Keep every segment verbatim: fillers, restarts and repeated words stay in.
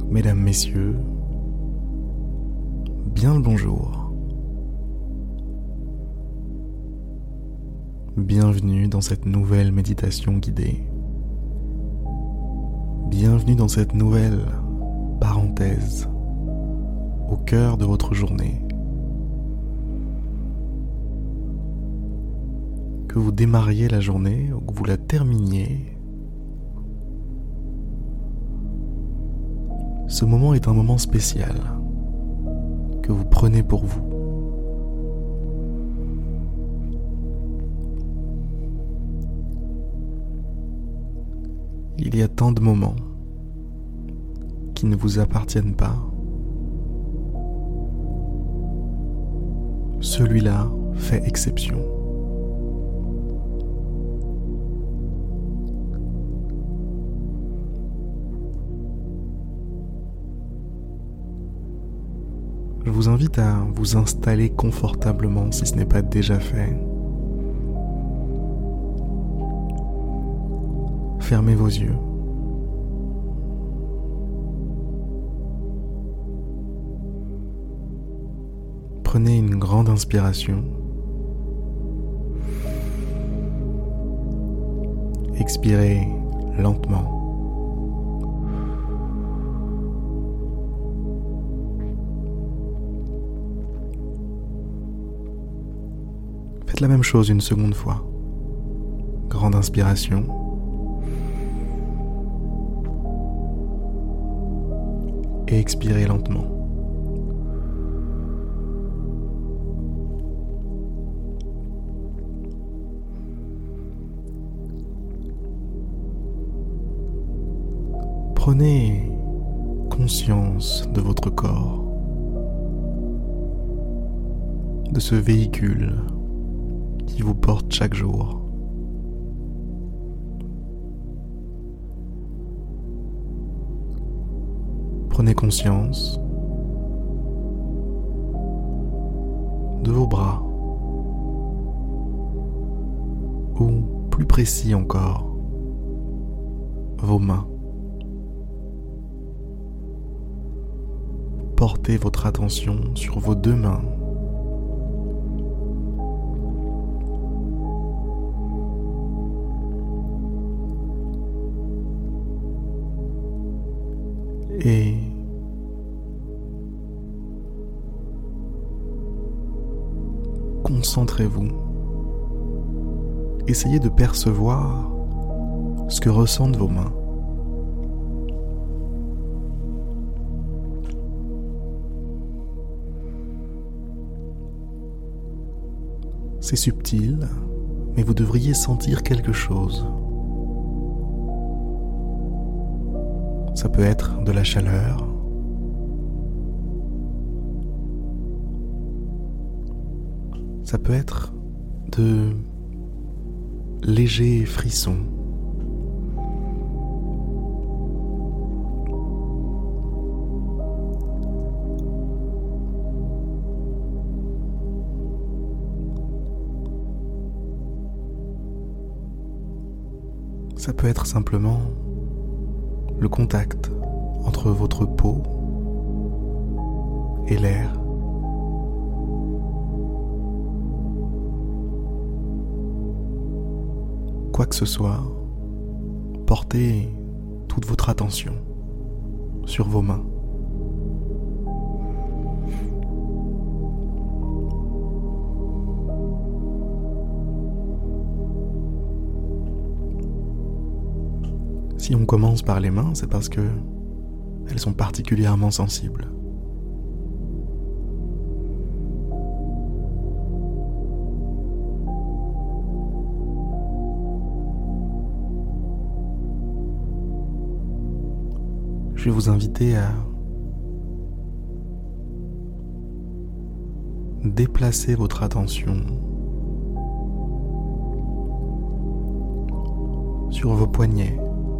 Mesdames, Messieurs, bien le bonjour. Bienvenue dans cette nouvelle méditation guidée. Bienvenue dans cette nouvelle parenthèse au cœur de votre journée. Que vous démarriez la journée ou que vous la terminiez, ce moment est un moment spécial que vous prenez pour vous. Il y a tant de moments qui ne vous appartiennent pas. Celui-là fait exception. Je vous invite à vous installer confortablement si ce n'est pas déjà fait. Fermez vos yeux. Prenez une grande inspiration. Expirez lentement. Faites la même chose une seconde fois. Grande inspiration. Et expirez lentement. Prenez conscience de votre corps, de ce véhicule qui vous porte chaque jour. Prenez conscience de vos bras, ou plus précis encore, vos mains. Portez votre attention sur vos deux mains. Et concentrez-vous. Essayez de percevoir ce que ressentent vos mains. C'est subtil, mais vous devriez sentir quelque chose. Ça peut être de la chaleur, ça peut être de légers frissons. Ça peut être simplement le contact entre votre peau et l'air. Quoi que ce soit, portez toute votre attention sur vos mains. Si on commence par les mains, c'est parce que elles sont particulièrement sensibles. Je vais vous inviter à déplacer votre attention sur vos poignets.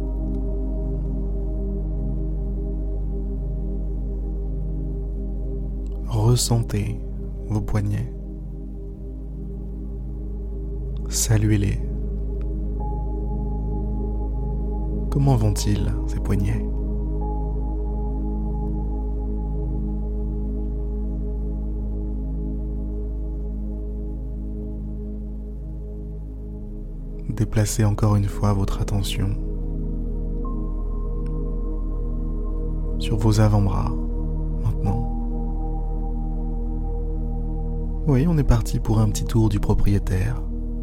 Ressentez vos poignets. Saluez-les. Comment vont-ils, ces poignets ? déplacez encore une fois votre attention sur vos avant-bras maintenant. Oui, on est parti pour un petit tour du propriétaire.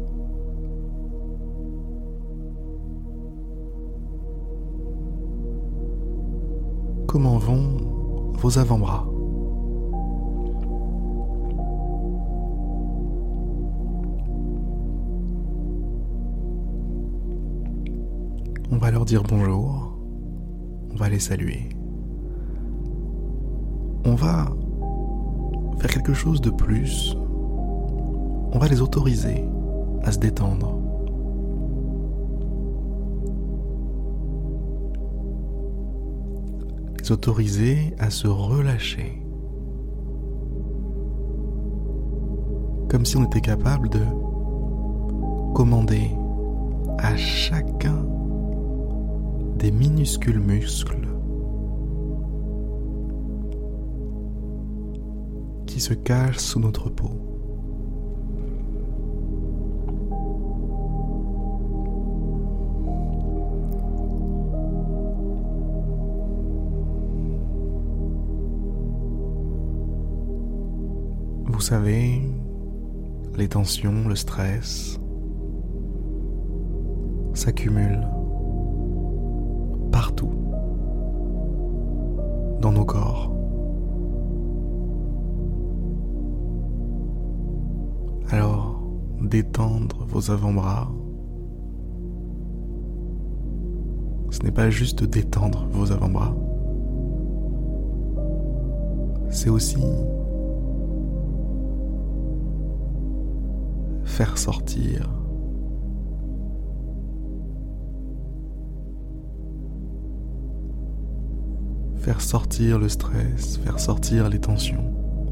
Comment vont vos avant-bras ? On va leur dire bonjour, on va les saluer. On va faire quelque chose de plus, on va les autoriser à se détendre. Les autoriser à se relâcher. Comme si on était capable de commander à chacun des minuscules muscles qui se cachent sous notre peau. Vous savez, les tensions, le stress s'accumulent partout dans nos corps. Alors, détendre vos avant-bras, ce n'est pas juste détendre vos avant-bras, c'est aussi faire sortir faire sortir le stress, faire sortir les tensions,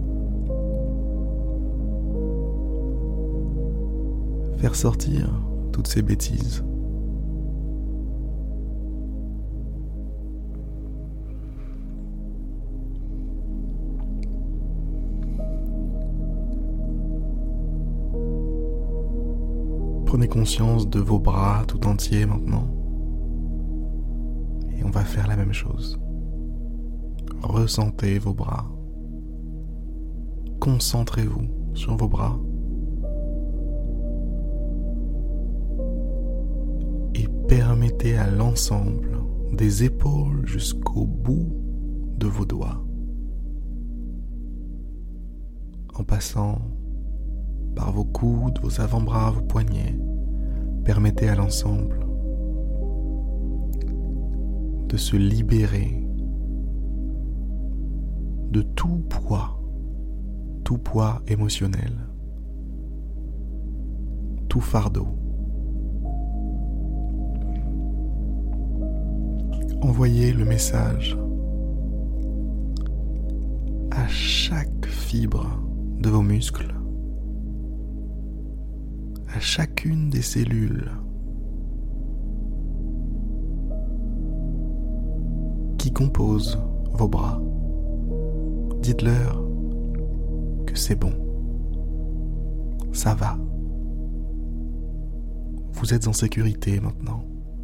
faire sortir toutes ces bêtises. Prenez conscience de vos bras tout entiers maintenant. Et on va faire la même chose. Ressentez vos bras. Concentrez-vous sur vos bras. Et permettez à l'ensemble des épaules jusqu'au bout de vos doigts, en passant par vos coudes, vos avant-bras, vos poignets, permettez à l'ensemble de se libérer de tout poids, tout poids émotionnel, tout fardeau. Envoyez le message à chaque fibre de vos muscles, à chacune des cellules qui composent vos bras. Dites-leur que c'est bon, ça va. Vous êtes en sécurité maintenant.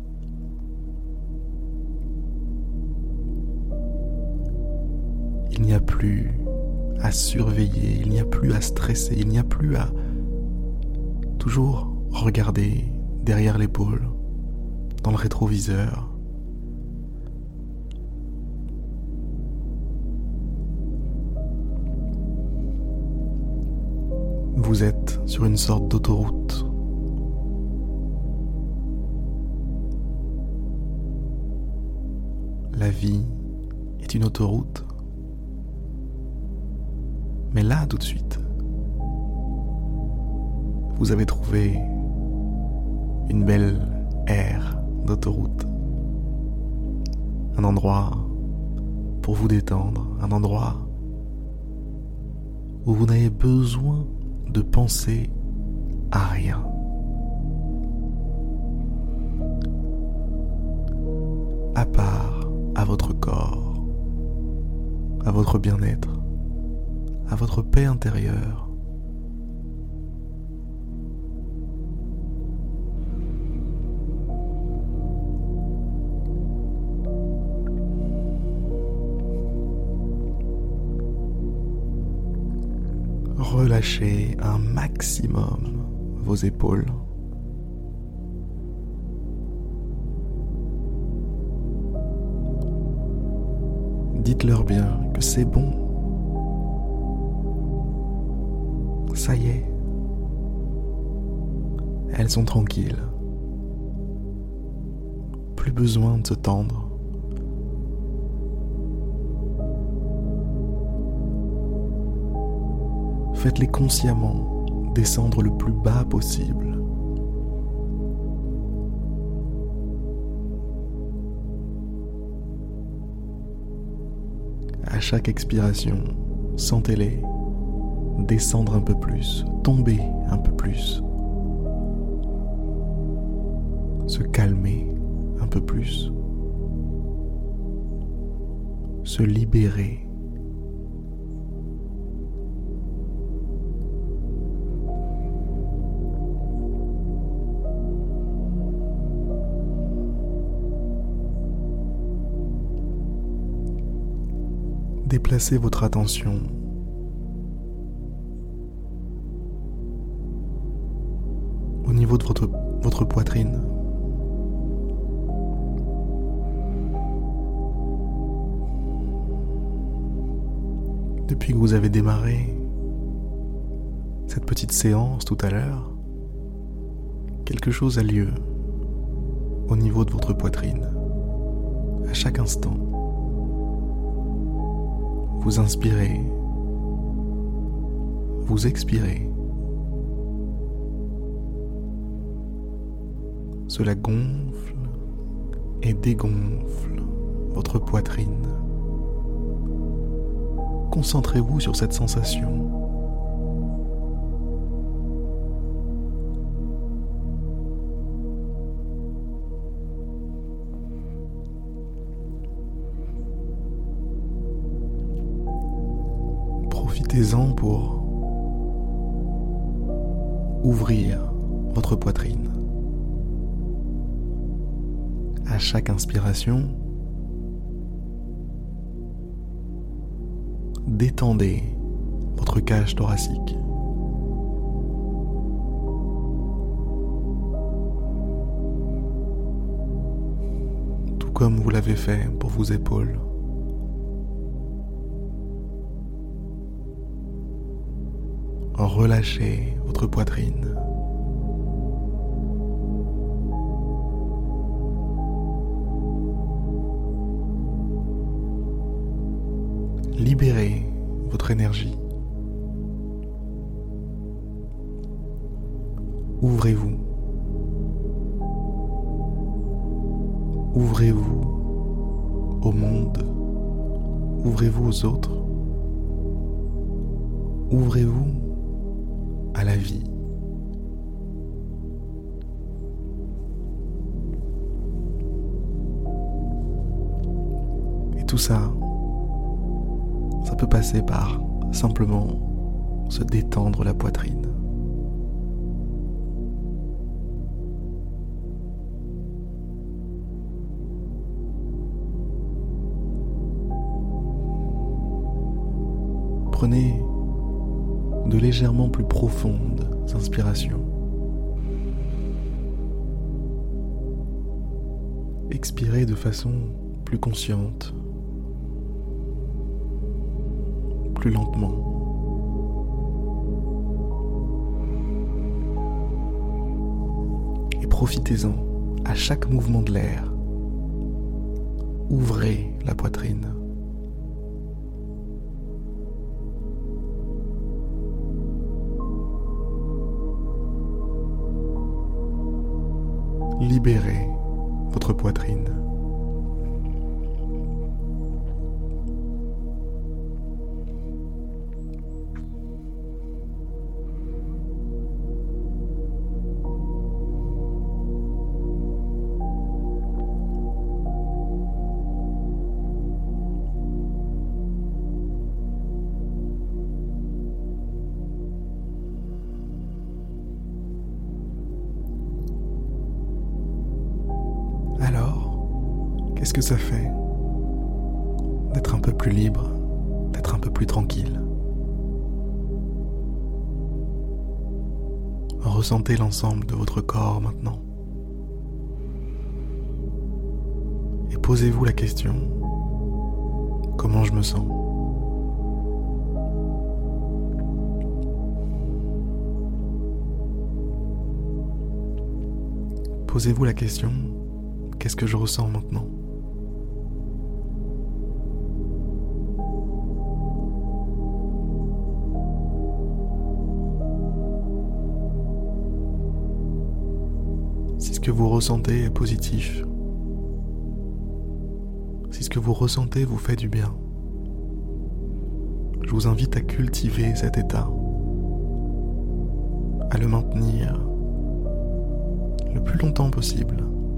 Il n'y a plus à surveiller, il n'y a plus à stresser, il n'y a plus à toujours regarder derrière l'épaule, dans le rétroviseur. Vous êtes sur une sorte d'autoroute. La vie est une autoroute. Mais là, tout de suite, vous avez trouvé une belle aire d'autoroute. Un endroit pour vous détendre, un endroit où vous n'avez besoin de penser à rien. À part à votre corps, à votre bien-être, à votre paix intérieure. relâchez un maximum vos épaules. Dites-leur bien que c'est bon. Ça y est. Elles sont tranquilles. Plus besoin de se tendre. Faites-les consciemment descendre le plus bas possible. À chaque expiration, sentez-les descendre un peu plus, tomber un peu plus, se calmer un peu plus, se libérer. Déplacez votre attention au niveau de votre, votre poitrine. Depuis que vous avez démarré cette petite séance tout à l'heure, quelque chose a lieu au niveau de votre poitrine. À chaque instant, vous inspirez, vous expirez. Cela gonfle et dégonfle votre poitrine. Concentrez-vous sur cette sensation. Profitez-en pour ouvrir votre poitrine. À chaque inspiration, détendez votre cage thoracique. Tout comme vous l'avez fait pour vos épaules. Relâchez votre poitrine. Libérez votre énergie. Ouvrez-vous. Ouvrez-vous au monde. Ouvrez-vous aux autres. Ouvrez-vous à la vie. Et tout ça, ça peut passer par simplement se détendre la poitrine. Prenez de légèrement plus profondes inspirations. Expirez de façon plus consciente, plus lentement. Et profitez-en à chaque mouvement de l'air. Ouvrez la poitrine. Libérez votre poitrine. Qu'est-ce que ça fait d'être un peu plus libre, d'être un peu plus tranquille? Ressentez l'ensemble de votre corps maintenant. Et posez-vous la question, comment je me sens ? Posez-vous la question, qu'est-ce que je ressens maintenant ? Si ce que vous ressentez est positif, si ce que vous ressentez vous fait du bien, je vous invite à cultiver cet état, à le maintenir le plus longtemps possible.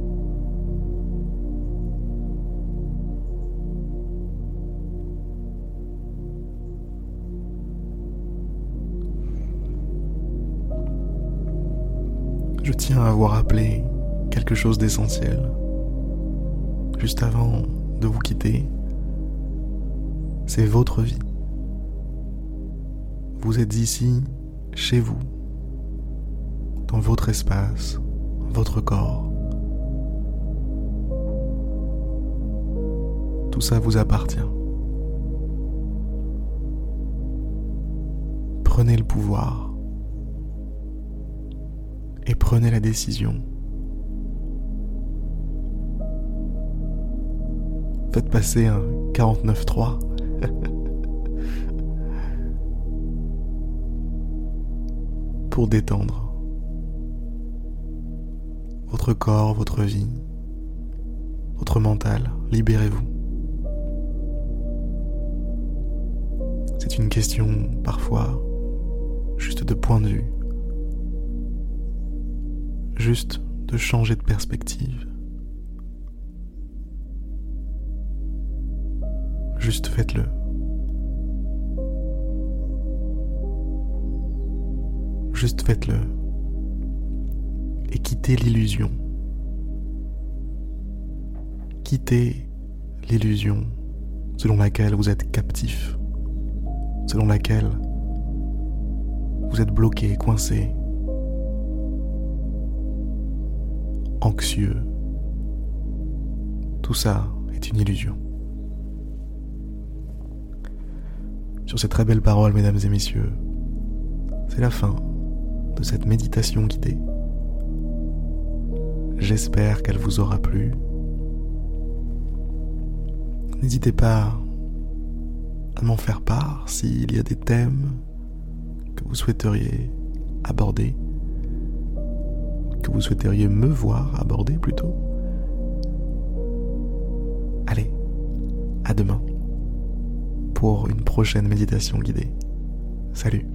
Je tiens à vous rappeler quelque chose d'essentiel. Juste avant de vous quitter, c'est votre vie. Vous êtes ici, chez vous, dans votre espace, votre corps. Tout ça vous appartient. Prenez le pouvoir et prenez la décision. Faites passer un quarante-neuf trois. Pour détendre votre corps, votre vie, votre mental. Libérez-vous. C'est une question, parfois, juste de point de vue. Juste de changer de perspective. Juste faites-le. Juste faites-le. Et quittez l'illusion. Quittez l'illusion selon laquelle vous êtes captif, selon laquelle vous êtes bloqué, coincé, anxieux. Tout ça est une illusion. Sur ces très belles paroles, mesdames et messieurs, c'est la fin de cette méditation guidée. J'espère qu'elle vous aura plu. N'hésitez pas à m'en faire part s'il y a des thèmes que vous souhaiteriez aborder, que vous souhaiteriez me voir aborder plutôt. Allez, à demain pour une prochaine méditation guidée. Salut!